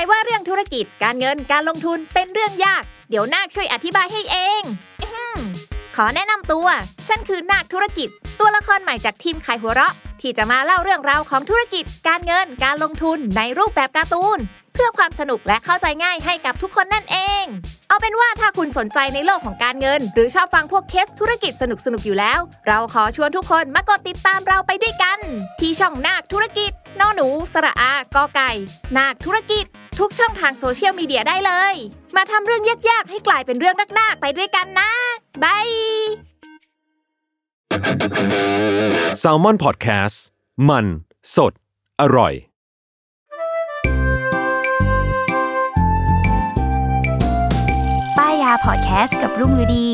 ว่าเรื่องธุรกิจการเงินการลงทุนเป็นเรื่องยากเดี๋ยวนาคช่วยอธิบายให้เองขอแนะนำตัวฉันคือนาคธุรกิจตัวละครใหม่จากทีมขายหัวเราะที่จะมาเล่าเรื่องราวของธุรกิจการเงินการลงทุนในรูปแบบการ์ตูนเพื่อความสนุกและเข้าใจง่ายให้กับทุกคนนั่นเองเอาเป็นว่าถ้าคุณสนใจในโลกของการเงินหรือชอบฟังพวกเคสธุรกิจสนุกอยู่แล้วเราขอชวนทุกคนมากดติดตามเราไปด้วยกันที่ช่องนาคธุรกิจนอหนูสระอากอไก่นาคธุรกิจทุกช่องทางโซเชียลมีเดียได้เลยมาทำเรื่องยากๆให้กลายเป็นเรื่องน่าๆไปด้วยกันนะบาย Salmon Podcast มันสดอร่อยป้ายยาพอดแคสต์กับรุ่งฤดี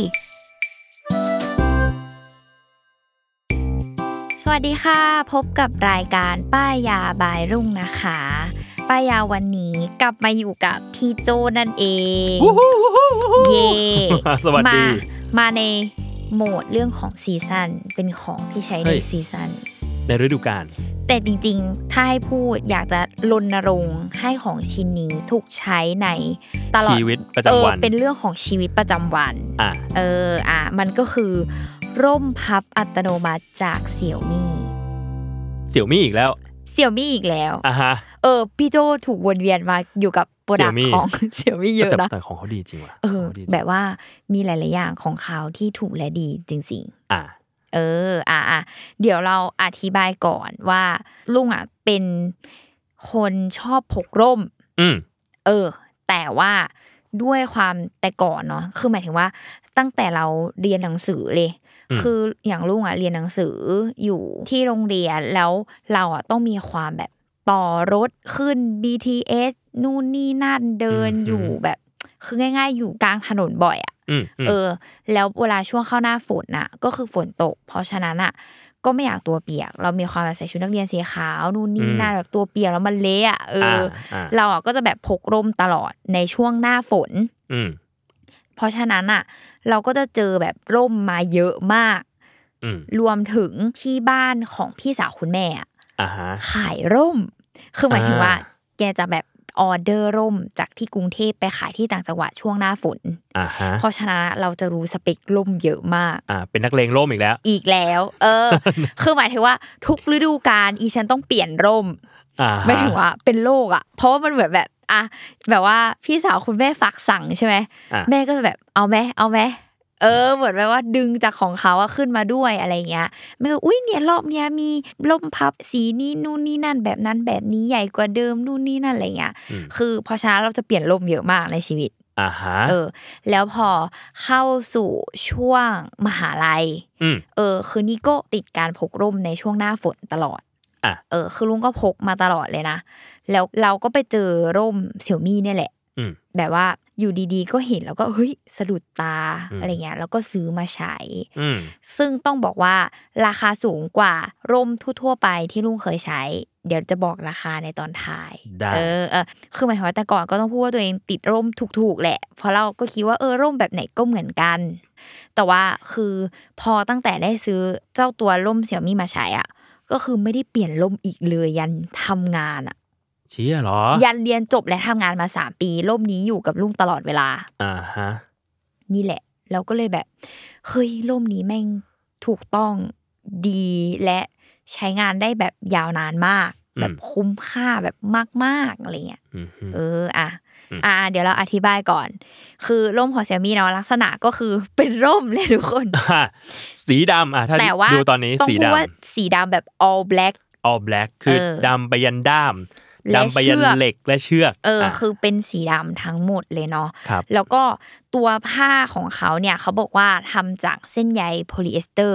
สวัสดีค่ะพบกับรายการป้ายยาบายรุ่งนะคะป้ายยาวันนี้กลับมาอยู่กับพี่โจนั่นเองเย่สวัสดีมาในโหมดเรื่องของซีซั่นเป็นของที่ใช้ในซีซั่นในฤดูกาลแต่จริงๆถ้าให้พูดอยากจะรณรงค์ให้ของชิ้นนี้ถูกใช้ในตลอดชีวิตประจำวันเป็นเรื่องของชีวิตประจำวันมันก็คือร่มพับอัตโนมัติจากเสี่ยวมี่อีกแล้วฮะพี่โจถูกวนเวียนมาอยู่กับโปรดักต์ของเสี่ยวมี่เยอะนะแต่ของเขาดีจริงว่ะแบบว่ามีหลายๆอย่างของเขาที่ถูกและดีจริงๆเดี๋ยวเราอธิบายก่อนว่าลุงเป็นคนชอบพกร่มแต่ว่าด้วยความแต่ก่อนเนาะคือหมายถึงว่าตั้งแต่เราเรียนหนังสือเลยคืออย่างลุงเรียนหนังสืออยู่ที่โรงเรียนแล้วเราต้องมีความแบบต่อรถขึ้น BTS นู่นนี่นั่นเดินอยู่แบบคือง่ายๆอยู่กลางถนนบ่อยแล้วเวลาช่วงเข้าหน้าฝนน่ะก็คือฝนตกเพราะฉะนั้นก็ไม่อยากตัวเปียกเรามีความใส่ชุดนักเรียนสีขาวนู่นนี่นั่นแบบตัวเปียกแล้วมันเละเราก็จะแบบพกร่มตลอดในช่วงหน้าฝนเพราะฉะนั้นเราก็จะเจอแบบร่มมาเยอะมากรวมถึงที่บ้านของพี่สาวคุณแม่ขายร่มคือหมายถึงว่าแกจะแบบออเดอร์ร่มจากที่กรุงเทพไปขายที่ต่างจังหวัดช่วงหน้าฝนเพราะฉะนั้นเราจะรู้สเปคร่มเยอะมากเป็นนักเลงร่มอีกแล้วคือหมายถึงว่าทุกฤดูกาลอีฉันต้องเปลี่ยนร่มหมายถึงว่าเป็นโรคเพราะว่ามันเหมือนแบบแบบว่าพี่สาวคุณแม่ฝากสั่งใช่ไหมแม่ก็จะแบบเอาไหมเหมือนแบบว่าดึงจากของเขาขึ้นมาด้วยอะไรเงี้ยแม่ก็อุ้ยเนี่ยรอบเนี้ยมีร่มพับสีนี้นู่นนี่นั่นแบบนั้นแบบนี้ใหญ่กว่าเดิมนู่นนี่นั่นอะไรเงี้ยคือเพราะฉะนั้นเราจะเปลี่ยนร่มเยอะมากในชีวิตแล้วพอเข้าสู่ช่วงมหาลัยคือนี่ก็ติดการพกร่มในช่วงหน้าฝนตลอดคือลุงก็พกมาตลอดเลยนะแล้วเราก็ไปเจอร่มเสี่ยวมี่เนี่ยแหละแบบว่าอยู่ดีๆก็เห็นแล้วก็เฮ้ยสะดุดตาอะไรเงี้ยแล้วก็ซื้อมาใช้ซึ่งต้องบอกว่าราคาสูงกว่าร่มทั่วๆไปที่ลุงเคยใช้เดี๋ยวจะบอกราคาในตอนท้ายคือหมายถึงว่าแต่ก่อนก็ต้องพูดว่าตัวเองติดร่มถูกๆแหละเพราะเราก็คิดว่าร่มแบบไหนก็เหมือนกันแต่ว่าคือพอตั้งแต่ได้ซื้อเจ้าตัวร่มเสี่ยวมี่มาใช้ก็คือไม่ได้เปลี่ยนร่มอีกเลยยันทำงานเชี่ยเหรอยันเรียนจบและทำงานมา3ปีร่มนี้อยู่กับลุงตลอดเวลานี่แหละเราก็เลยแบบเฮ้ยร่มนี้แม่งถูกต้องดีและใช้งานได้แบบยาวนานมากแบบคุ้มค่าแบบมากๆอะไรเงี้ยเดี๋ยวเราอธิบายก่อนคือร่มของ Xiaomi เนาะลักษณะก็คือเป็นร่มเลยทุกคนสีดำถ้าดูตอนนี้สีดำว่าสีดำแบบ all black คือดำไปยันด้ามดำไปยันเหล็กและเชือกคือเป็นสีดำทั้งหมดเลยเนาะแล้วก็ตัวผ้าของเขาเนี่ยเขาบอกว่าทำจากเส้นใยโพลีเอสเตอร์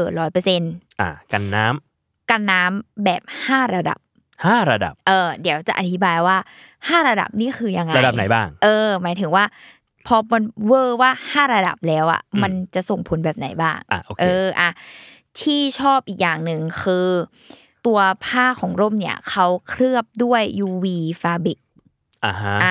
100% กันน้ำแบบ5ระดับเดี๋ยวจะอธิบายว่า5ระดับนี่คือยังไงระดับไหนบ้างหมายถึงว่าพอมันเวอร์ว่า5ระดับแล้วมันจะส่งผลแบบไหนบ้างที่ชอบอีกอย่างนึงคือตัวผ้าของร่มเนี่ยเขาเคลือบด้วย UV ฟาบริก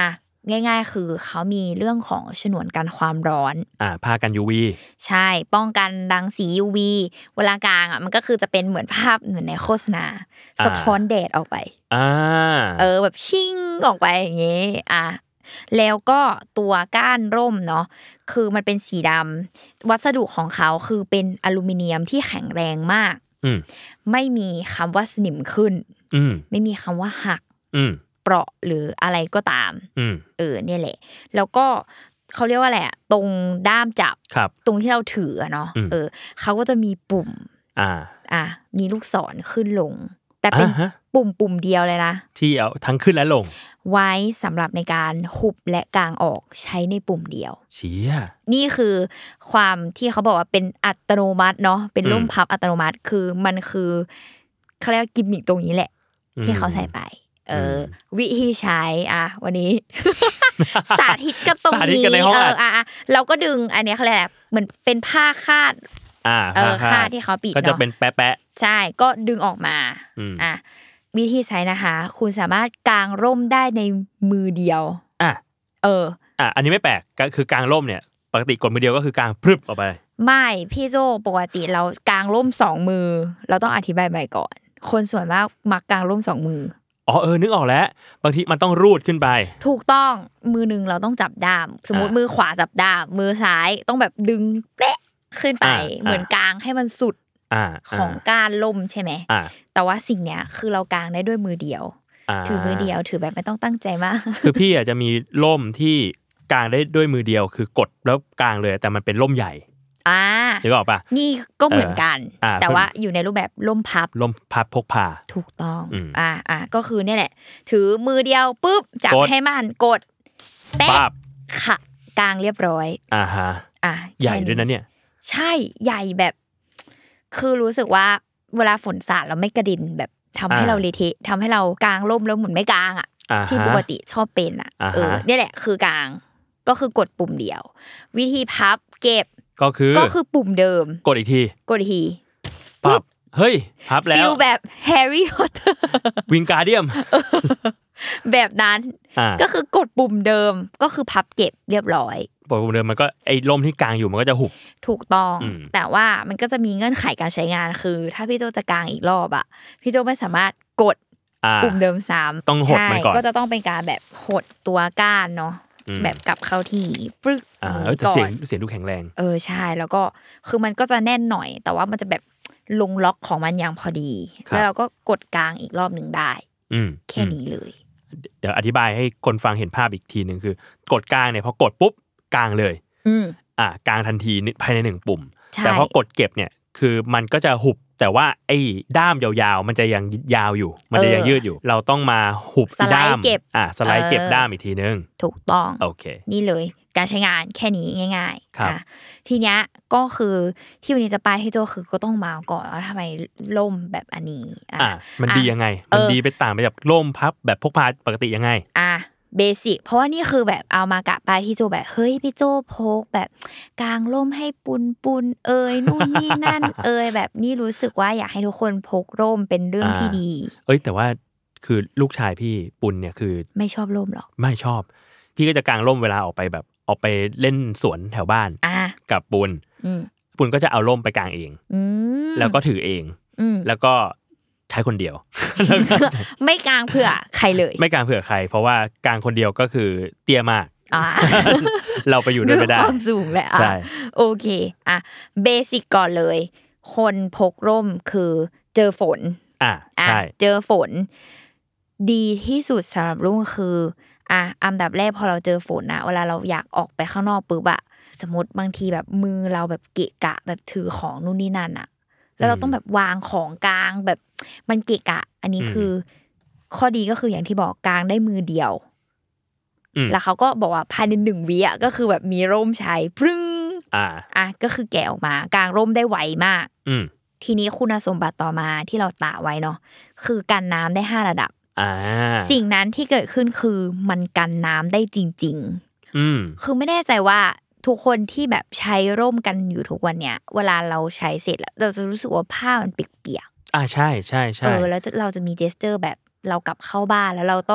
ง่ายๆคือเขามีเรื่องของฉนวนกันความร้อนผ้ากัน UV ใช่ป้องกันรังสี UV เวลากลางมันก็คือจะเป็นเหมือนภาพเหมือนในโฆษณาสะท้อนแดดออกไปแบบชิ่งออกไปอย่างเงี้ยแล้วก็ตัวก้านร่มเนาะคือมันเป็นสีดำวัสดุของเขาคือเป็นอลูมิเนียมที่แข็งแรงมากไม่มีคำว่าสนิมขึ้นไม่มีคำว่าหักเปราะหรืออะไรก็ตามเนี่ยแหละแล้วก็เขาเรียกว่าอะไรอ่ะตรงด้ามจับตรงที่เราถือเนาะเขาก็จะมีปุ่มมีลูกศรขึ้นลงแต่เป็นปุ่มเดียวเลยนะที่เอาทั้งขึ้นและลงไว้สำหรับในการหุบและกางออกใช้ในปุ่มเดียวเชี่ยนี่คือความที่เขาบอกว่าเป็นอัตโนมัติเนาะเป็นร่มพับอัตโนมัติคือมันคือเขาเรียกกิมมิคตรงนี้แหละที่เขาใส่ไปวิธีใช้วันนี้ สาธิตกันตรงนี้เราก็ดึงอันนี้เขาเรียกเหมือนเป็นผ้าคาดคาดที่เขาปิดก็จะเป็นแปะใช่ก็ดึงออกมาวิธีใช้นะคะคุณสามารถกางร่มได้ในมือเดียวอันนี้ไม่แปลกก็คือกางร่มเนี่ยปกติกดมือเดียวก็คือกางพรึบออกไปไม่พี่โจปกติเรากางร่ม2มือเราต้องอธิบายใหม่ก่อนคนส่วนมากมักกางร่ม2มือนึกออกแล้วบางทีมันต้องรูดขึ้นไปถูกต้องมือนึงเราต้องจับด้ามสมมุติมือขวาจับด้ามมือซ้ายต้องแบบดึงเป๊ะขึ้นไปเหมือนกางให้มันสุดของก้านล่มใช่ไหมแต่ว่าสิ่งเนี้ยคือเรากางได้ด้วยมือเดียวถือมือเดียวถือแบบไม่ต้องตั้งใจมากคือพี่อาจจะมีล่มที่กางได้ด้วยมือเดียวคือกดแล้วกางเลยแต่มันเป็นล่มใหญ่นึกออกป่ะนี่ก็เหมือนกันแต่ว่าอยู่ในรูปแบบล่มพับพกพาถูกต้องก็คือเนี่ยแหละถือมือเดียวปุ๊บจับให้มันกดแป๊บค่ะกางเรียบร้อยใหญ่ด้วยนะเนี่ยใช่ใหญ่แบบคือรู้สึกว่าเวลาฝนสาดเราไม่กระดินแบบทำให้เราเละเทะทำให้เรากางร่มแล้วหมุนไม่กางที่ปกติชอบเป็นนี่แหละคือกางก็คือกดปุ่มเดียววิธีพับเก็บก็คือปุ่มเดิมกดอีกทีปั๊บเฮ้ยพับแล้วฟีลแบบแฮร์รี่พอตเตอร์วิงการเดียมแบบนั้นก็คือกดปุ่มเดิมก็คือพับเก็บเรียบร้อยปุ่มเดิมมันก็ไอ้ร่มที่กางอยู่มันก็จะหุบถูกต้องแต่ว่ามันก็จะมีเงื่อนไขการใช้งานคือถ้าพี่โจจะกางอีกรอบพี่โจไม่สามารถกดปุ่มเดิมซ้ำต้องหดมันก่อนก็จะต้องเป็นการแบบหดตัวก้านเนาะแบบกลับเข้าที่ปึ้งก่อนเสียงดูแข็งแรงใช่แล้วก็คือมันก็จะแน่นหน่อยแต่ว่ามันจะแบบลงล็อกของมันอย่างพอดีแล้วเราก็กดกลางอีกรอบนึงได้แค่นี้เลยเดี๋ยวอธิบายให้คนฟังเห็นภาพอีกทีนึงคือกดกลางเนี่ยพอกดปุ๊บกลางเลยกลางทันทีภายใน1ปุ่มแต่พอกดเก็บเนี่ยคือมันก็จะหุบแต่ว่าไอ้ด้ามยาวๆมันจะยังยาวอยู่มันจะยังยืดอยู่เราต้องมาหุบด้ามสไลด์เก็บด้ามอีกทีนึงถูกต้องโอเคนี่เลยการใช้งานแค่นี้ง่ายๆทีเนี้ยก็คือที่วันนี้จะไปให้โจคือก็ต้องมาก่อนว่าทำไมล่มแบบอันนี้มันดียังไงมันดีไปต่างไปจากล่มพับแบบพกพาปกติยังไงเบสิกเพราะว่านี่คือแบบเอามากะไปพี่โจแบบเฮ้ยพี่โจพกแบบกางร่มให้ปุนนู่นนี่นั่นแบบนี่รู้สึกว่าอยากให้ทุกคนพกร่มเป็นเรื่องที่ดีแต่ว่าคือลูกชายพี่ปุนเนี่ยคือไม่ชอบร่มหรอไม่ชอบพี่ก็จะกางร่มเวลาออกไปเล่นสวนแถวบ้านกับปุนก็จะเอาร่มไปกางเองแล้วก็ถือเองแล้วก็ใช้คนเดียวไม่กางเผื่อใครเลยไม่กางเผื่อใครเพราะว่ากางคนเดียวก็คือเตี้ยมากเราไปอยู่ด้วยไม่ได้ความสูงแหละโอเคเบสิกก่อนเลยคนพกร่มคือเจอฝนใช่เจอฝนดีที่สุดสำหรับรุ่งคืออันดับแรกพอเราเจอฝนเวลาเราอยากออกไปข้างนอกปุ๊บสมมติบางทีแบบมือเราแบบเกะกะแบบถือของนู่นนี่นั่นแล้วเราต้องแบบวางของกลางแบบมันเกะกะอันนี้คือข้อดีก็คืออย่างที่บอกกลางได้มือเดียวแล้วเขาก็บอกว่าภายใน1 วิก็คือแบบมีร่มใช้พรึ้งก็คือแกะออกมากลางร่มได้ไวมากทีนี้คุณสมบัติต่อมาที่เราตะไว้เนาะคือกันน้ำได้5ระดับสิ่งนั้นที่เกิดขึ้นคือมันกันน้ำได้จริงๆคือไม่แน่ใจว่าทุกคนที่แบบใช้ร่มกันอยู่ทุกวันเนี้ยเวลาเราใช้เสร็จแล้วเราจะรู้สึกว่าผ้ามันเปียกใช่แล้วเราจะมีเจสเจอร์แบบเรากลับเข้าบ้านแล้วเราต้อง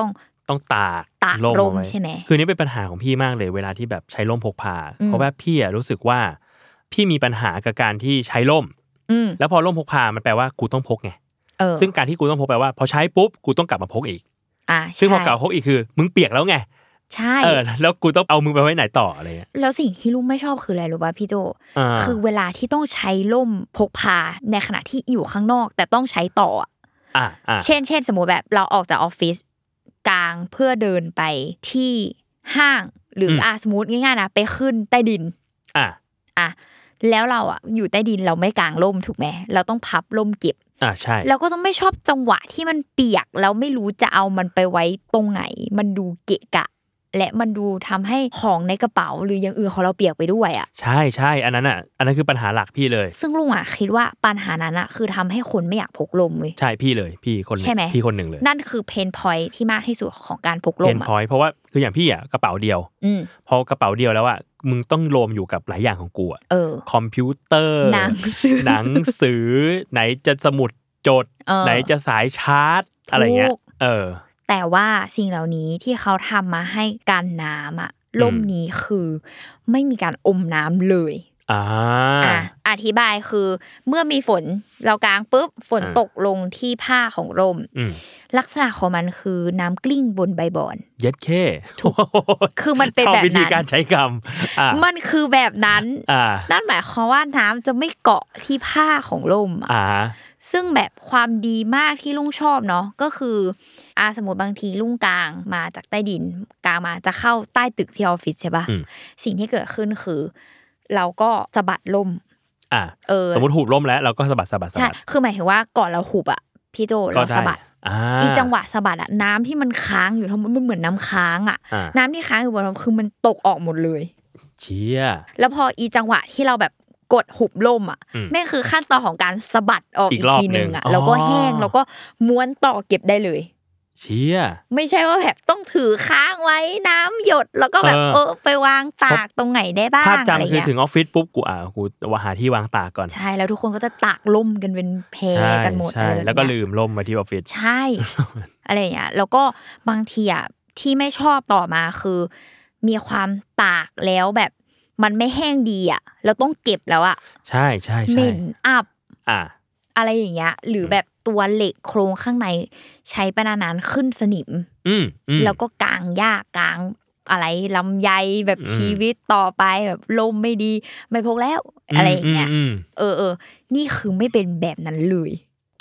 ต้องตากร่มใช่ไหมคือนี่เป็นปัญหาของพี่มากเลยเวลาที่แบบใช้ร่มพกพาเพราะว่าพี่รู้สึกว่าพี่มีปัญหากับการที่ใช้ร่มแล้วพอร่มพกพามันแปลว่ากูต้องพกไงซึ่งการที่กูต้องพกแปลว่าพอใช้ปุ๊บกูต้องกลับมาพกอีกซึ่งพอกลับพกอีกคือมึงเปียกแล้วไงใช่แล้วกูต้องเอามึงไปไว้ไหนต่ออะไรเงี้ยแล้วสิ่งที่ลุงไม่ชอบคืออะไรรู้ป่ะพี่โจคือเวลาที่ต้องใช้ร่มพกพาในขณะที่อยู่ข้างนอกแต่ต้องใช้ต่อเช่นสมมติแบบเราออกจากออฟฟิศกลางเพื่อเดินไปที่ห้างหรือสมมติง่ายๆนะไปขึ้นใต้ดินแล้วเราอยู่ใต้ดินเราไม่กางร่มถูกไหมเราต้องพับร่มเก็บใช่เราก็ต้องไม่ชอบจังหวะที่มันเปียกแล้วไม่รู้จะเอามันไปไว้ตรงไหนมันดูเกะกะและมันดูทำให้ของในกระเป๋าหรืออย่างอื่นของเราเปียกไปด้วยใช่อันนั้นคือปัญหาหลักพี่เลยซึ่งลุงคิดว่าปัญหานั้นคือทำให้คนไม่อยากพกร่มเว้ยใช่พี่เลยพี่คนพี่คนหนึ่งเลยนั่นคือเพนพอยท์ที่มากที่สุดของการพกร่มเพนพอยท์เพราะว่าคืออย่างพี่กระเป๋าเดียวพอกระเป๋าเดียวแล้วมึงต้องรวมอยู่กับหลายอย่างของกูคอมพิวเตอร์หนังสือไหนจะสมุดจดไหนจะสายชาร์จอะไรเงี้ยแต่ว่าสิ่งเหล่านี้ที่เขาทำมาให้กันน้ำร่มนี้คือไม่มีการอมน้ำเลยอธิบายคือเมื่อมีฝนเรากางปุ๊บฝนตกลงที่ผ้าของร่มลักษณะของมันคือน้ำกลิ้งบนใบบอนเย็ดแค่คือมันเป็นแบบนั้นวิธีการใช้คำมันคือแบบนั้นนั่นหมายความว่าน้ำจะไม่เกาะที่ผ้าของร่มซึ่งแบบความดีมากที่ลุงชอบเนาะก็คือสมมติบางทีลุงกลางมาจากใต้ดินกลางมาจะเข้าใต้ตึกที่ออฟฟิศใช่ป่ะสิ่งที่เกิดขึ้นคือเราก็สะบัดร่มสมมติหุบร่มแล้วเราก็สะบัดใช่คือหมายถึงว่าก่อนเราหุบพี่โจเราสะบัดอีจังหวะสะบัดน้ำที่มันค้างอยู่ทั้งมันเหมือนน้ำค้างน้ำที่ค้างอยู่บนร่มคือมันตกออกหมดเลยเชี่ยแล้วพออีจังหวะที่เราแบบกดหุบล่มแม่งคือขั้นตอนของการสะบัดออกอีกทีนึงแล้วก็แห้งแล้วก็ม้วนต่อเก็บได้เลยเชี่ยไม่ใช่ว่าแบบต้องถือค้างไว้น้ำหยดแล้วก็แบบไปวางตากตรงไหนได้บ้างภาพจำคือถึงออฟฟิศปุ๊บกูว่าหาที่วางตากก่อนใช่แล้วทุกคนก็จะตากล่มกันเป็นแพกันหมดเลยแล้วก็ลืมล่มมาที่ออฟฟิศใช่อะไรอย่างเงี้ยแล้วก็บางทีที่ไม่ชอบต่อมาคือมีความตากแล้วแบบมันไม่แห้งดีเราต้องเก็บแล้วใช่ใช่เหม็นอับอะไรอย่างเงี้ยหรือแบบตัวเหล็กโครงข้างในใช้ไปนานๆขึ้นสนิมแล้วก็กางยากกางอะไรลำไยแบบชีวิตต่อไปแบบลมไม่ดีไม่พกแล้วอะไรอย่างเงี้ยนี่คือไม่เป็นแบบนั้นเลย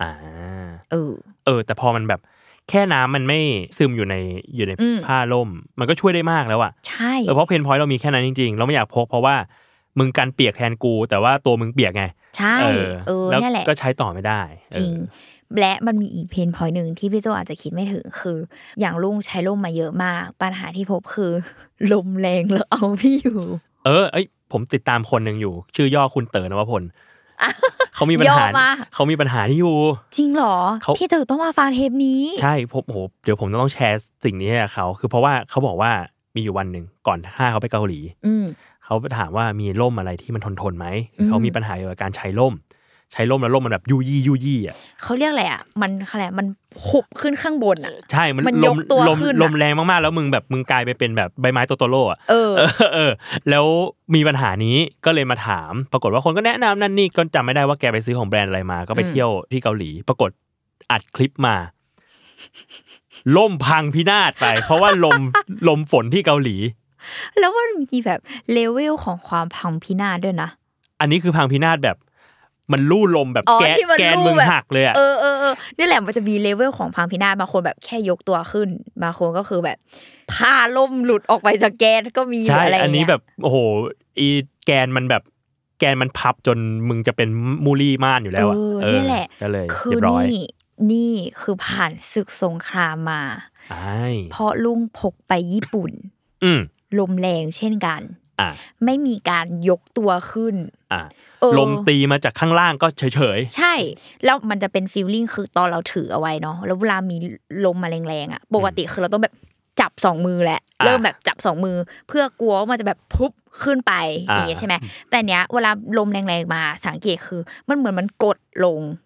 แต่พอมันแบบแค่น้ำมันไม่ซึมอยู่ในผ้าร่มมันก็ช่วยได้มากแล้วใช่เพราะเพนพอยต์เรามีแค่นั้นจริงๆเราไม่อยากพกเพราะว่ามึงกันเปียกแทนกูแต่ว่าตัวมึงเปียกไงใช่แล้วก็ใช้ต่อไม่ได้จริงและมันมีอีกเพนพอยต์นึงที่พี่โจอาจจะคิดไม่ถึงคืออย่างลุงใช้ร่มมาเยอะมากปัญหาที่พบคือลมแรงแล้วเอาไม่อยู่ผมติดตามคนนึงอยู่ชื่อย่อคุณเต๋อนวพลเขามีปัญหาที่อยู่จริงเหรอพี่เต๋อต้องมาฟังเทปนี้ใช่เดี๋ยวผมต้องแชร์สิ่งนี้ให้เขาคือเพราะว่าเขาบอกว่ามีอยู่วันนึงก่อนเขาไปเกาหลีเขาถามว่ามีร่มอะไรที่มันทนไหมเขามีปัญหาเกี่ยวกับการใช้ร่มแล้วร่มมันแบบยู่ยี่เขาเรียกอะไรมันอะไรมันหุบขึ้นข้างบนใช่มันยกตัวขึ้นลมแรงมากๆแล้วมึงกลายไปเป็นแบบใบไม้โตโตโร่แล้วมีปัญหานี้ก็เลยมาถามปรากฏว่าคนก็แนะนำนั่นนี่ก็จำไม่ได้ว่าแกไปซื้อของแบรนด์อะไรมาก็ไปเที่ยวที่เกาหลีปรากฏอัดคลิปมาล่มพังพินาศไปเพราะว่าลมฝนที่เกาหลีแล้วมันมีแบบเลเวลของความพังพินาศด้วยนะอันนี้คือพังพินาศแบบมันลู่ลมแบบแกนมึงหักเลยนี่แหละมันจะมีเลเวลของพังพินาศบางคนแบบแค่ยกตัวขึ้นบางคนก็คือแบบผ้าล่มหลุดออกไปจากแกนก็มีอะไรอย่างเงี้ยอันนี้แบบโอ้โหอีแกนมันแบบแกนมันพับจนมึงจะเป็นมูลี่ม่านอยู่แล้วนี่แหละก็เลยคือนี่คือผ่านศึกสงครามมาเพราะลุงพกไปญี่ปุ่นลมแรงเช่นกันไม่มีการยกตัวขึ้นลมตีมาจากข้างล่างก็เฉยๆใช่แล้วมันจะเป็นฟีลลิ่งคือตอนเราถือเอาไว้เนาะแล้วเวลามีลมมาแรงๆปกติคือเราต้องแบบจับ2มือแหละเริ่มแบบจับ2มือเพื่อกลัวว่ามันจะแบบพุบขึ้นไปอย่างเงี้ยใช่ไหมแต่เนี้ยเวลาลมแรงๆมาสังเกตคือมันเหมือนมันกดลง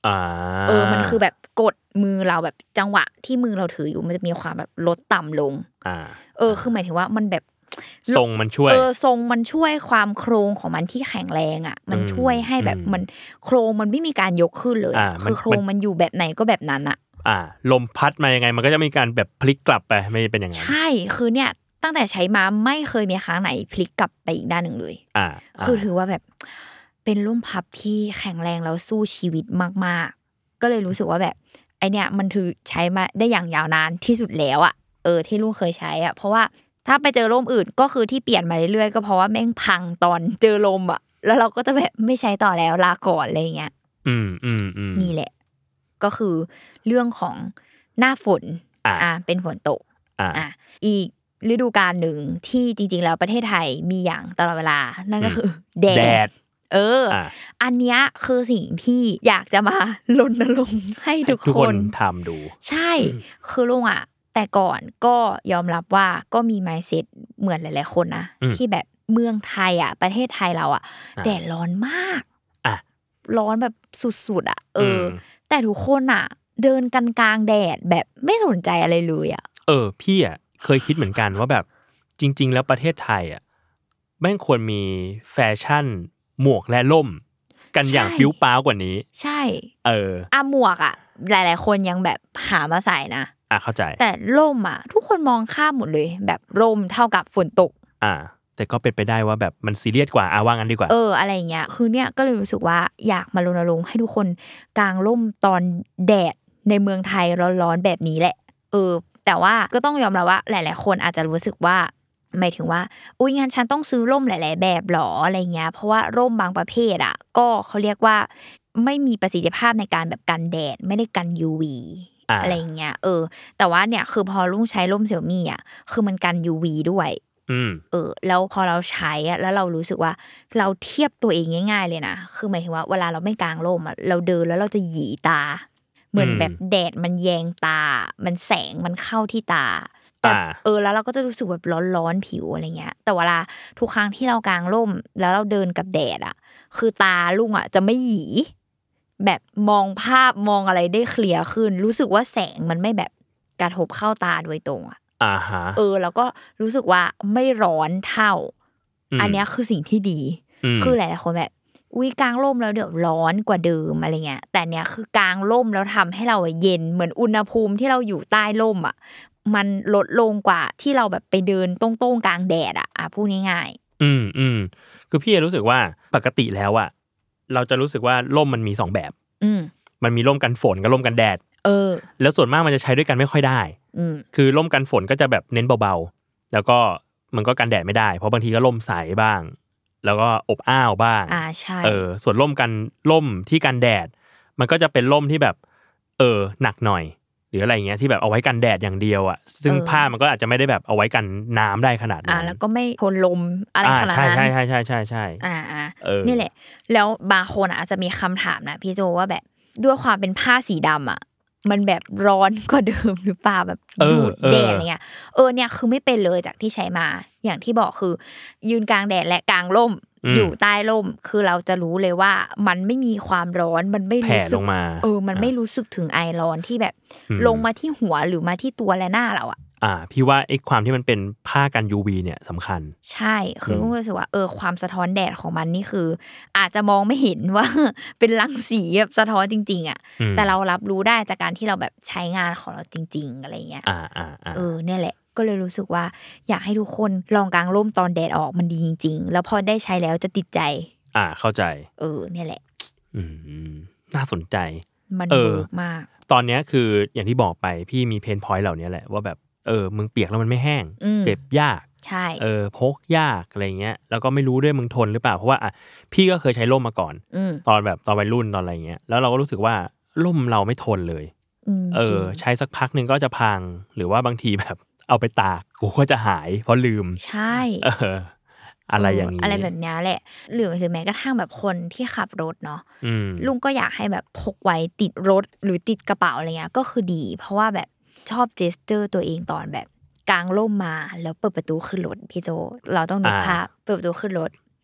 มันคือแบบกดมือเราแบบจังหวะที่มือเราถืออยู่มันจะมีความแบบลดต่ำลงคือหมายถึงว่ามันแบบทรงมันช่วยทรงมันช่วยความโครงของมันที่แข็งแรงอ่ะมันช่วยให้แบบมันโครงมันไม่มีการยกขึ้นเลยคือโครงมันอยู่แบบไหนก็แบบนั้นอ่ะลมพัดมายังไงมันก็จะมีการแบบพลิกกลับไปไม่เป็นอย่างนั้นใช่คือเนี่ยตั้งแต่ใช้มาไม่เคยมีครั้งไหนพลิกกลับไปอีกด้านหนึ่งเลยคือถือว่าแบบเป็นร่มพับที่แข็งแรงแล้วสู้ชีวิตมากๆก็เลยรู้สึกว่าแบบไอเนี่ยมันถือใช้มาได้อย่างยาวนานที่สุดแล้วอ่ะที่ลูกเคยใช้อ่ะเพราะว่าถ้าไปเจอร่มอื่นก็คือที่เปลี่ยนมาเรื่อยๆก็เพราะว่าแม่งพังตอนเจอลมอ่ะแล้วเราก็จะแบบไม่ใช้ต่อแล้วลาก่อนอะไรเงี้ยนี่แหละก็คือเรื่องของหน้าฝนเป็นฝนตกอีกฤดูกาลหนึ่งที่จริงๆแล้วประเทศไทยมีอย่างตลอดเวลานั่นก็คือแดดอันเนี้ยคือสิ่งที่อยากจะมารณรงค์ให้ทุกคนทำดูใช่คือลุงอ่ะแต่ก่อนก็ยอมรับว่าก็มี mindset เหมือนหลายๆคนนะที่แบบเมืองไทยอ่ะประเทศไทยเราอ่ะแดดร้อนมากร้อนแบบสุดๆอ่ะแต่ทุกคนอ่ะเดินกันกลางแดดแบบไม่สนใจอะไรเลยอ่ะพี่อ่ะเคยคิดเหมือนกันว่าแบบจริงๆแล้วประเทศไทยอ่ะแม่งควรมีแฟชั่นหมวกและล่มกันอย่างปิ้วป้าวกว่านี้ใช่หมวกอ่ะหลายๆคนยังแบบหามาใส่นะเข้าใจแต่ร่มอ่ะทุกคนมองข้ามหมดเลยแบบร่มเท่ากับฝนตกแต่ก็เป็นไปได้ว่าแบบมันซีเรียสกว่าว่างั้นดีกว่าอะไรอย่างเงี้ยคือเนี่ยก็เลยรู้สึกว่าอยากมารณรงค์ให้ทุกคนกางร่มตอนแดดในเมืองไทยร้อนๆแบบนี้แหละแต่ว่าก็ต้องยอมรับว่าหลายๆคนอาจจะรู้สึกว่าหมายถึงว่าอุ๊ยงั้นฉันต้องซื้อร่มหลายๆแบบหรออะไรเงี้ยเพราะว่าร่มบางประเภทอ่ะก็เขาเรียกว่าไม่มีประสิทธิภาพในการแบบกันแดดไม่ได้กัน UV อะไรเงี้ยแต่ว่าเนี่ยคือพอลุงใช้ร่ม Xiaomi อ่ะคือมันกัน UV ด้วยแล้วพอเราใช้อ่ะแล้วเรารู้สึกว่าเราเทียบตัวเองง่ายๆเลยนะคือหมายถึงว่าเวลาเราไม่กางร่มอ่ะเราเดินแล้วเราจะหยีตาเหมือนแบบแดดมันแยงตามันแสงมันเข้าที่ตาแต่แล้วเราก็จะรู้สึกแบบร้อนๆผิวอะไรเงี้ยแต่เวลาทุกครั้งที่เรากางร่มแล้วเราเดินกับแดดอ่ะคือตาลุงอ่ะจะไม่หยีแบบมองภาพมองอะไรได้เคลียร์ขึ้นรู้สึกว่าแสงมันไม่แบบกระทบเข้าตาโดยตรงอ่ะแล้วก็รู้สึกว่าไม่ร้อนเท่าอันเนี้ยคือสิ่งที่ดีคือหลายๆคนแบบอุ๊ยกางร่มแล้วเดี๋ยวร้อนกว่าเดิมอะไรเงี้ยแต่เนี้ยคือกางร่มแล้วทำให้เราเย็นเหมือนอุณหภูมิที่เราอยู่ใต้ร่มอ่ะมันลดลงกว่าที่เราแบบไปเดินโต้งๆกลางแดดอ่ะพูดง่ายๆคือพี่รู้สึกว่าปกติแล้วอ่ะเราจะรู้สึกว่าร่มมันมี2แบบมันมีร่มกันฝนกับร่มกันแดดแล้วส่วนมากมันจะใช้ด้วยกันไม่ค่อยได้คือร่มกันฝนก็จะแบบเน้นเบาๆแล้วก็มันก็กันแดดไม่ได้เพราะบางทีก็ร่มใสบ้างแล้วก็อบอ้าวบ้างใช่ส่วนร่มที่กันแดดมันก็จะเป็นร่มที่แบบหนักหน่อยหรืออะไรเงี้ยที่แบบเอาไว้กันแดดอย่างเดียวอ่ะซึ่งผ้ามันก็อาจจะไม่ได้แบบเอาไว้กันน้ำได้ขนาดนั้นแล้วก็ไม่ทนลมอะไรขนาดนั้นใช่นี่แหละแล้วบางคนอาจจะมีคำถามนะพี่โจว่าแบบด้วยความเป็นผ้าสีดำอ่ะมันแบบร้อนกว่าเดิมหรือเปล่าแบบดูดแดดอะไรเงี้ยเนี่ยคือไม่เป็นเลยจากที่ใช้มาอย่างที่บอกคือยืนกลางแดดและกลางร่มอยู่ใต้ร่มคือเราจะรู้เลยว่ามันไม่มีความร้อนมันไม่รู้สึกมันไม่รู้สึกถึงไอร้อนที่แบบลงมาที่หัวหรือมาที่ตัวและหน้าเราพี่ว่าไอ้ความที่มันเป็นผ้ากัน UV เนี่ยสำคัญใช่คือรู้สึกว่าความสะท้อนแดดของมันนี่คืออาจจะมองไม่เห็นว่าเป็นรังสีแบบสะท้อนจริงๆแต่เรารับรู้ได้จากการที่เราแบบใช้งานของเราจริงๆอะไรเงี้ยเนี่ยแหละก็เลยรู้สึกว่าอยากให้ทุกคนลองกางร่มตอนแดดออกมันดีจริงๆแล้วพอได้ใช้แล้วจะติดใจเข้าใจเนี่ยแหละน่าสนใจมันเวิร์กมากตอนนี้คืออย่างที่บอกไปพี่มีเพนพอยต์เหล่านี้แหละว่าแบบมึงเปียกแล้วมันไม่แห้งเก็บยากใช่พกยากอะไรเงี้ยแล้วก็ไม่รู้ด้วยมึงทนหรือเปล่าเพราะว่าพี่ก็เคยใช้ร่มมาก่อนตอนวัยรุ่นตอนอะไรเงี้ยแล้วเราก็รู้สึกว่าร่มเราไม่ทนเลยใช้สักพักนึงก็จะพังหรือว่าบางทีแบบเอาไปตากกูก็จะหายเพราะลืมใช่อะไรอย่างนี้อะไรแบบนี้แหละหรือแม้กระทั่งแบบคนที่ขับรถเนาะลุงก็อยากให้แบบพกไว้ติดรถหรือติดกระเป๋าอะไรเงี้ยก็คือดีเพราะว่าแบบชอบเจสเจอร์ตัวเองตอนแบบกางร่มมาแล้วเปิดประตูขึ้นรถพี่โจเราต้องนึกภาพเปิดประตูขึ้นรถ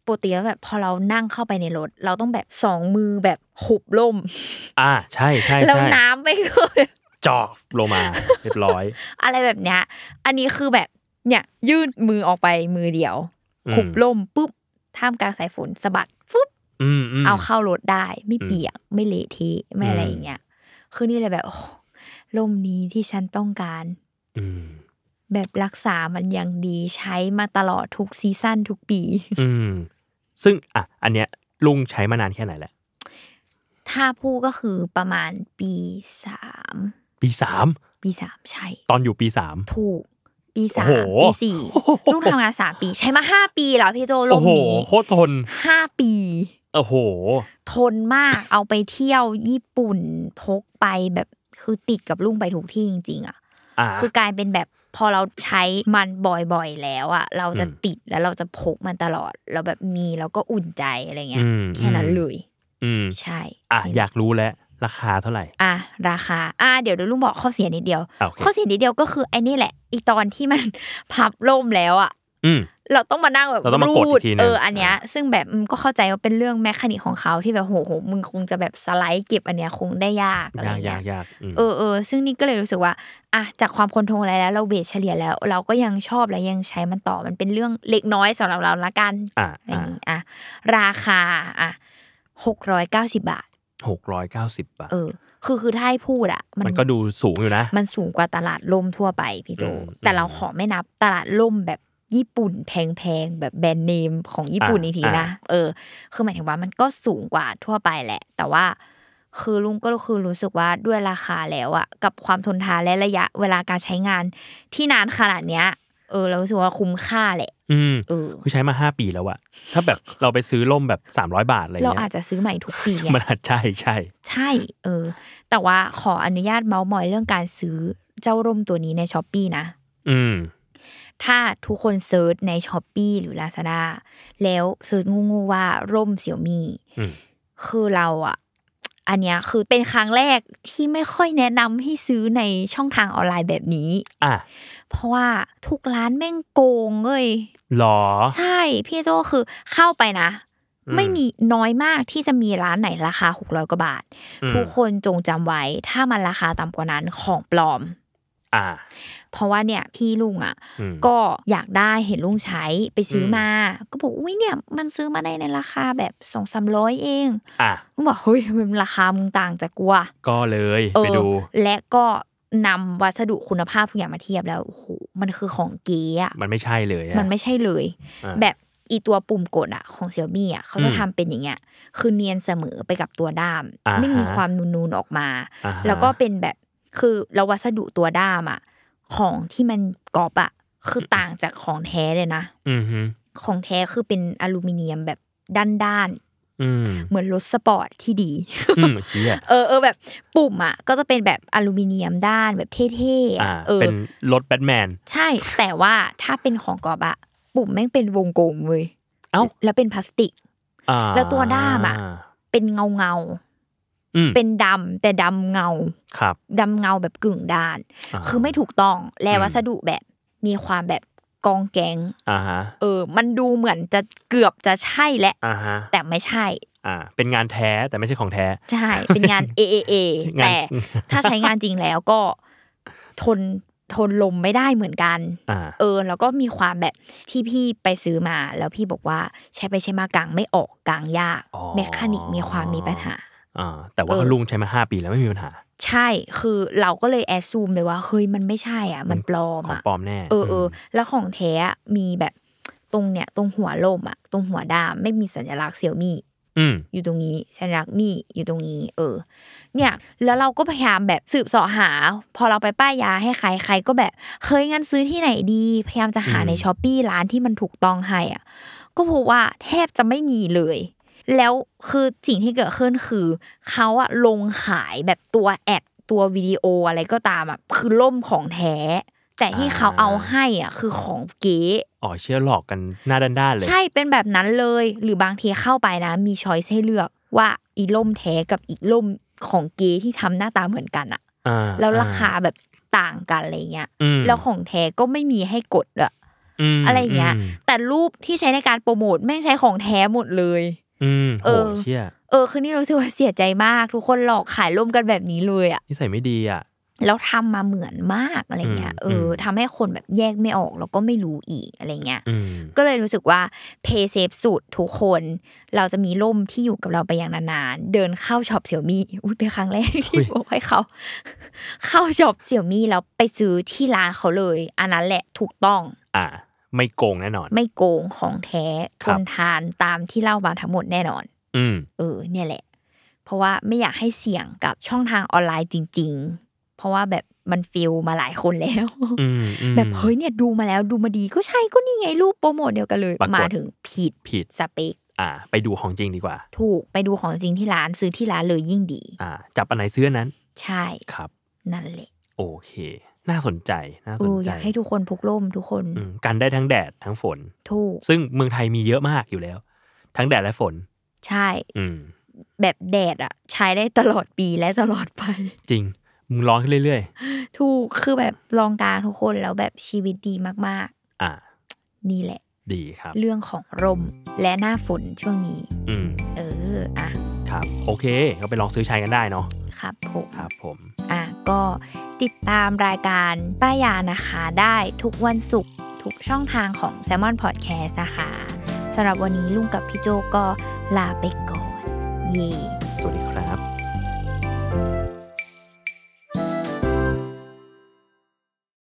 ปกติแล้วแบบพอเรานั่งเข้าไปในรถเราต้องแบบ2มือแบบหุบล่มใช่ๆๆแล้วน้ำไปก็จอกลงมาเรียบร้อยอะไรแบบเนี้ยอันนี้คือแบบเนี่ยยื่นมือออกไปมือเดียวหุบล่มปุ๊บท่ามกลางสายฝนสะบัดฟึบเอาเข้ารถได้ไม่เปียกไม่เละเทะไม่อะไรอย่างเงี้ยคือนี่เลยแบบล่มนี้ที่ฉันต้องการแบบรักษามันอย่างดีใช้มาตลอดทุกซีซั่นทุกปีซึ่งอันเนี้ยลุงใช้มานานแค่ไหนแหละถ้าพูดก็คือประมาณปี3 ปี 3ใช่ตอนอยู่ปี3 ถูกปี3ปี4ลุงทำงาน3ปีใช้มา5ปีแล้วพี่โจลมนี้โคตรทน 5ปีโอ้โหทนมากเอาไปเที่ยวญี่ปุ่นพกไปแบบคือติดกับลุงไปทุกที่จริงๆคือกลายเป็นแบบพอเราใช้มันบ่อยๆแล้วเราจะติดแล้วเราจะพกมันตลอดเราแบบมีแล้วก็อุ่นใจอะไรเงี้ยแค่นั้นเลยใช่อยากรู้แล้วราคาเท่าไหร่ราคาเดี๋ยวลุงบอกข้อเสียนิดเดียวข้อเสียนิดเดียวก็คือไอ้นี่แหละอีตอนที่มันพับล่มแล้วเราต้องมานั่งแบบรูดอันเนี้ยซึ่งแบบก็เข้าใจว่าเป็นเรื่องแมคานิกของเขาที่แบบโหมึงคงจะแบบสไลด์เก็บอันเนี้ยคงได้ยากอะไรเงี้ยซึ่งนี่ก็เลยรู้สึกว่าจากความคอนโทรลอะไรแล้วเราเวทเฉลี่ยแล้วเราก็ยังชอบและยังใช้มันต่อมันเป็นเรื่องเล็กน้อยสำหรับเราละกันอะไรอย่างงี้ราคา690 บาท 690 บาทคือถ้าให้พูดมันก็ดูสูงอยู่นะมันสูงกว่าตลาดล่มทั่วไปพี่โจแต่เราขอไม่นับตลาดล่มแบบญี่ปุ่นแพงๆแบบแบรนด์เนมของญี่ปุ่นอีกทีนะคือหมายถึงว่ามันก็สูงกว่าทั่วไปแหละแต่ว่าคือลุงก็คือรู้สึกว่าด้วยราคาแล้วกับความทนทานและระยะเวลาการใช้งานที่นานขนาดเนี้ยเรารู้สึกว่าคุ้มค่าแหละคือใช้มา5ปีแล้วถ้าแบบเราไปซื้อร่มแบบ300 บาทอะไรเงี้ยเราอาจจะซื้อใหม่ทุกปีมันใช่แต่ว่าขออนุญาตเมาส์มอยเรื่องการซื้อเจ้าร่มตัวนี้ใน Shopee นะถ้าทุกคนเซิร์ชใน Shopee หรือ Lazada แล้วเซิร์ชงูๆว่าร่ม Xiaomi คือเราอันเนี้ยคือเป็นครั้งแรกที่ไม่ค่อยแนะนำให้ซื้อในช่องทางออนไลน์แบบนี้เพราะว่าทุกร้านแม่งโกงเลยหรอใช่พี่โจคือเข้าไปนะไม่มีน้อยมากที่จะมีร้านไหนราคา600 กว่าบาททุกคนจงจำไว้ถ้ามันราคาต่ำกว่านั้นของปลอมเพราะว่าเนี่ยพี่ลุงก็อยากได้เห็นลุงใช้ไปซื้อมาก็บอกอุ้ยเนี่ยมันซื้อมาได้ในราคาแบบ 200-300 เองลุงบอกเฮ้ยมันราคามึงต่างจากกูก็เลยไปดูและก็นำวัสดุคุณภาพทุกอย่างมาเทียบแล้วโอ้โหมันคือของเก๋มันไม่ใช่เลยมันไม่ใช่เลยแบบอีตัวปุ่มกดของ Xiaomi เขาจะทำเป็นอย่างเงี้ยคือเนียนเสมอไปกับตัวด้ามไม่มีความนูนๆออกมาแล้วก็เป็นแบบคือแล้ววัสดุตัวด้ามของที่มันกรอบคือต่างจากของแท้เลยนะของแท้คือเป็นอลูมิเนียมแบบด้านๆเหมือนรถสปอร์ตที่ดีแบบปุ่มก็จะเป็นแบบอลูมิเนียมด้านแบบเท่ๆเป็นรถแบทแมนใช่แต่ว่าถ้าเป็นของกรอบปุ่มแม่งเป็นวงกลมเว้ยแล้วเป็นพลาสติกแล้วตัวด้ามเป็นเงาเป็นดำแต่ดำเงาดำเงาแบบกึ่งด้านคือไม่ถูกต้องและวัสดุแบบมีความแบบกองแกงมันดูเหมือนจะเกือบจะใช่แหละแต่ไม่ใช่เป็นงานแท้แต่ไม่ใช่ของแท้ใช่เป็นงาน AAA แต่ถ้าใช้งานจริงแล้วก็ทนลมไม่ได้เหมือนกันแล้วก็มีความแบบที่พี่ไปซื้อมาแล้วพี่บอกว่าใช้ไปใช้มากางไม่ออกกางยากเมคานิกมีความมีปัญหาแต่ว่าลุงใช้มา5 ปีแล้วไม่มีปัญหาใช่คือเราก็เลยแอสซูมเลยว่าเฮ้ยมันไม่ใช่มันปลอมของปลอมแน่แล้วของแท้มีแบบตรงเนี่ยตรงหัวล่มตรงหัวด้ามไม่มีสัญลักษณ์ Xiaomi อยู่ตรงนี้สัญลักษณ์มีอยู่ตรงนี้เนี่ยแล้วเราก็พยายามแบบสืบเสาะหาพอเราไปป้ายยาให้ใครก็แบบเฮ้ยงั้นซื้อที่ไหนดีพยายามจะหาใน Shopee ร้านที่มันถูกต้องให้ก็พบว่าแทบจะไม่มีเลยแล้วคือสิ่งที่เกิดขึ้นคือเขาลงขายแบบตัวแอดตัววิดีโออะไรก็ตามคือล่มของแท้แต่ที่เขาเอาให้คือของเก๋เชื่อหลอกกันหน้าด้านๆเลยใช่เป็นแบบนั้นเลยหรือบางทีเข้าไปนะมีช้อยส์ให้เลือกว่าอีล่มแท้กับอีล่มของเก๋ที่ทำหน้าตาเหมือนกันแล้วราคาแบบต่างกันอะไรเงี้ยแล้วของแท้ก็ไม่มีให้กดอะไรอย่างเงี้ยแต่รูปที่ใช้ในการโปรโมทแม่งใช้ของแท้หมดเลยโหเชี่ยคือนี่รู้สึกว่าเสียใจมากทุกคนหลอกขายร่มกันแบบนี้เลยอ่ะนิสัยไม่ดีอ่ะแล้วทำมาเหมือนมากอะไรเงี้ยทำให้คนแบบแยกไม่ออกแล้วก็ไม่รู้อีกอะไรเงี้ยก็เลยรู้สึกว่าเพย์เซฟสุดทุกคนเราจะมีร่มที่อยู่กับเราไปอย่างนานๆเดินเข้าช็อปเสี่ยวมี่เป็นครั้งแรกที่บอกให้เขาเข้าช็อปเสี่ยวมี่แล้วไปซื้อที่ร้านเขาเลยอันนั้นแหละถูกต้องไม่โกงแน่นอนไม่โกงของแท้ทนทานตามที่เล่ามาทั้งหมดแน่นอนเนี่ยแหละเพราะว่าไม่อยากให้เสี่ยงกับช่องทางออนไลน์จริงๆเพราะว่าแบบมันฟิลมาหลายคนแล้วแบบเฮ้ยเนี่ยดูมาแล้วดูมาดีก็ใช่ก็นี่ไงรูปโปรโมทเดียวกันเลยมาถึงผิดสเปคไปดูของจริงดีกว่าถูกไปดูของจริงที่ร้านซื้อที่ร้านเลยยิ่งดีจับอันไหนซื้อนั้นใช่ครับนั่นแหละโอเคน่าสนใจอยากให้ทุกคนพกร่มทุกคนกันได้ทั้งแดดทั้งฝนถูกซึ่งเมืองไทยมีเยอะมากอยู่แล้วทั้งแดดและฝนใช่แบบแดดอ่ะใช้ได้ตลอดปีและตลอดไปจริงมึงร้อนขึ้นเรื่อยๆถูกคือแบบลองกลางทุกคนแล้วแบบชีวิตดีมากๆนี่แหละดีครับเรื่องของร่มและหน้าฝนช่วงนี้ครับโอเคก็ไปลองซื้อใช้กันได้เนาะครับผมก็ติดตามรายการป้ายานะคะได้ทุกวันศุกร์ทุกช่องทางของ Salmon Podcast นะคะสำหรับวันนี้ลุงกับพี่โจก็ลาไปก่อนสวัสดีครับ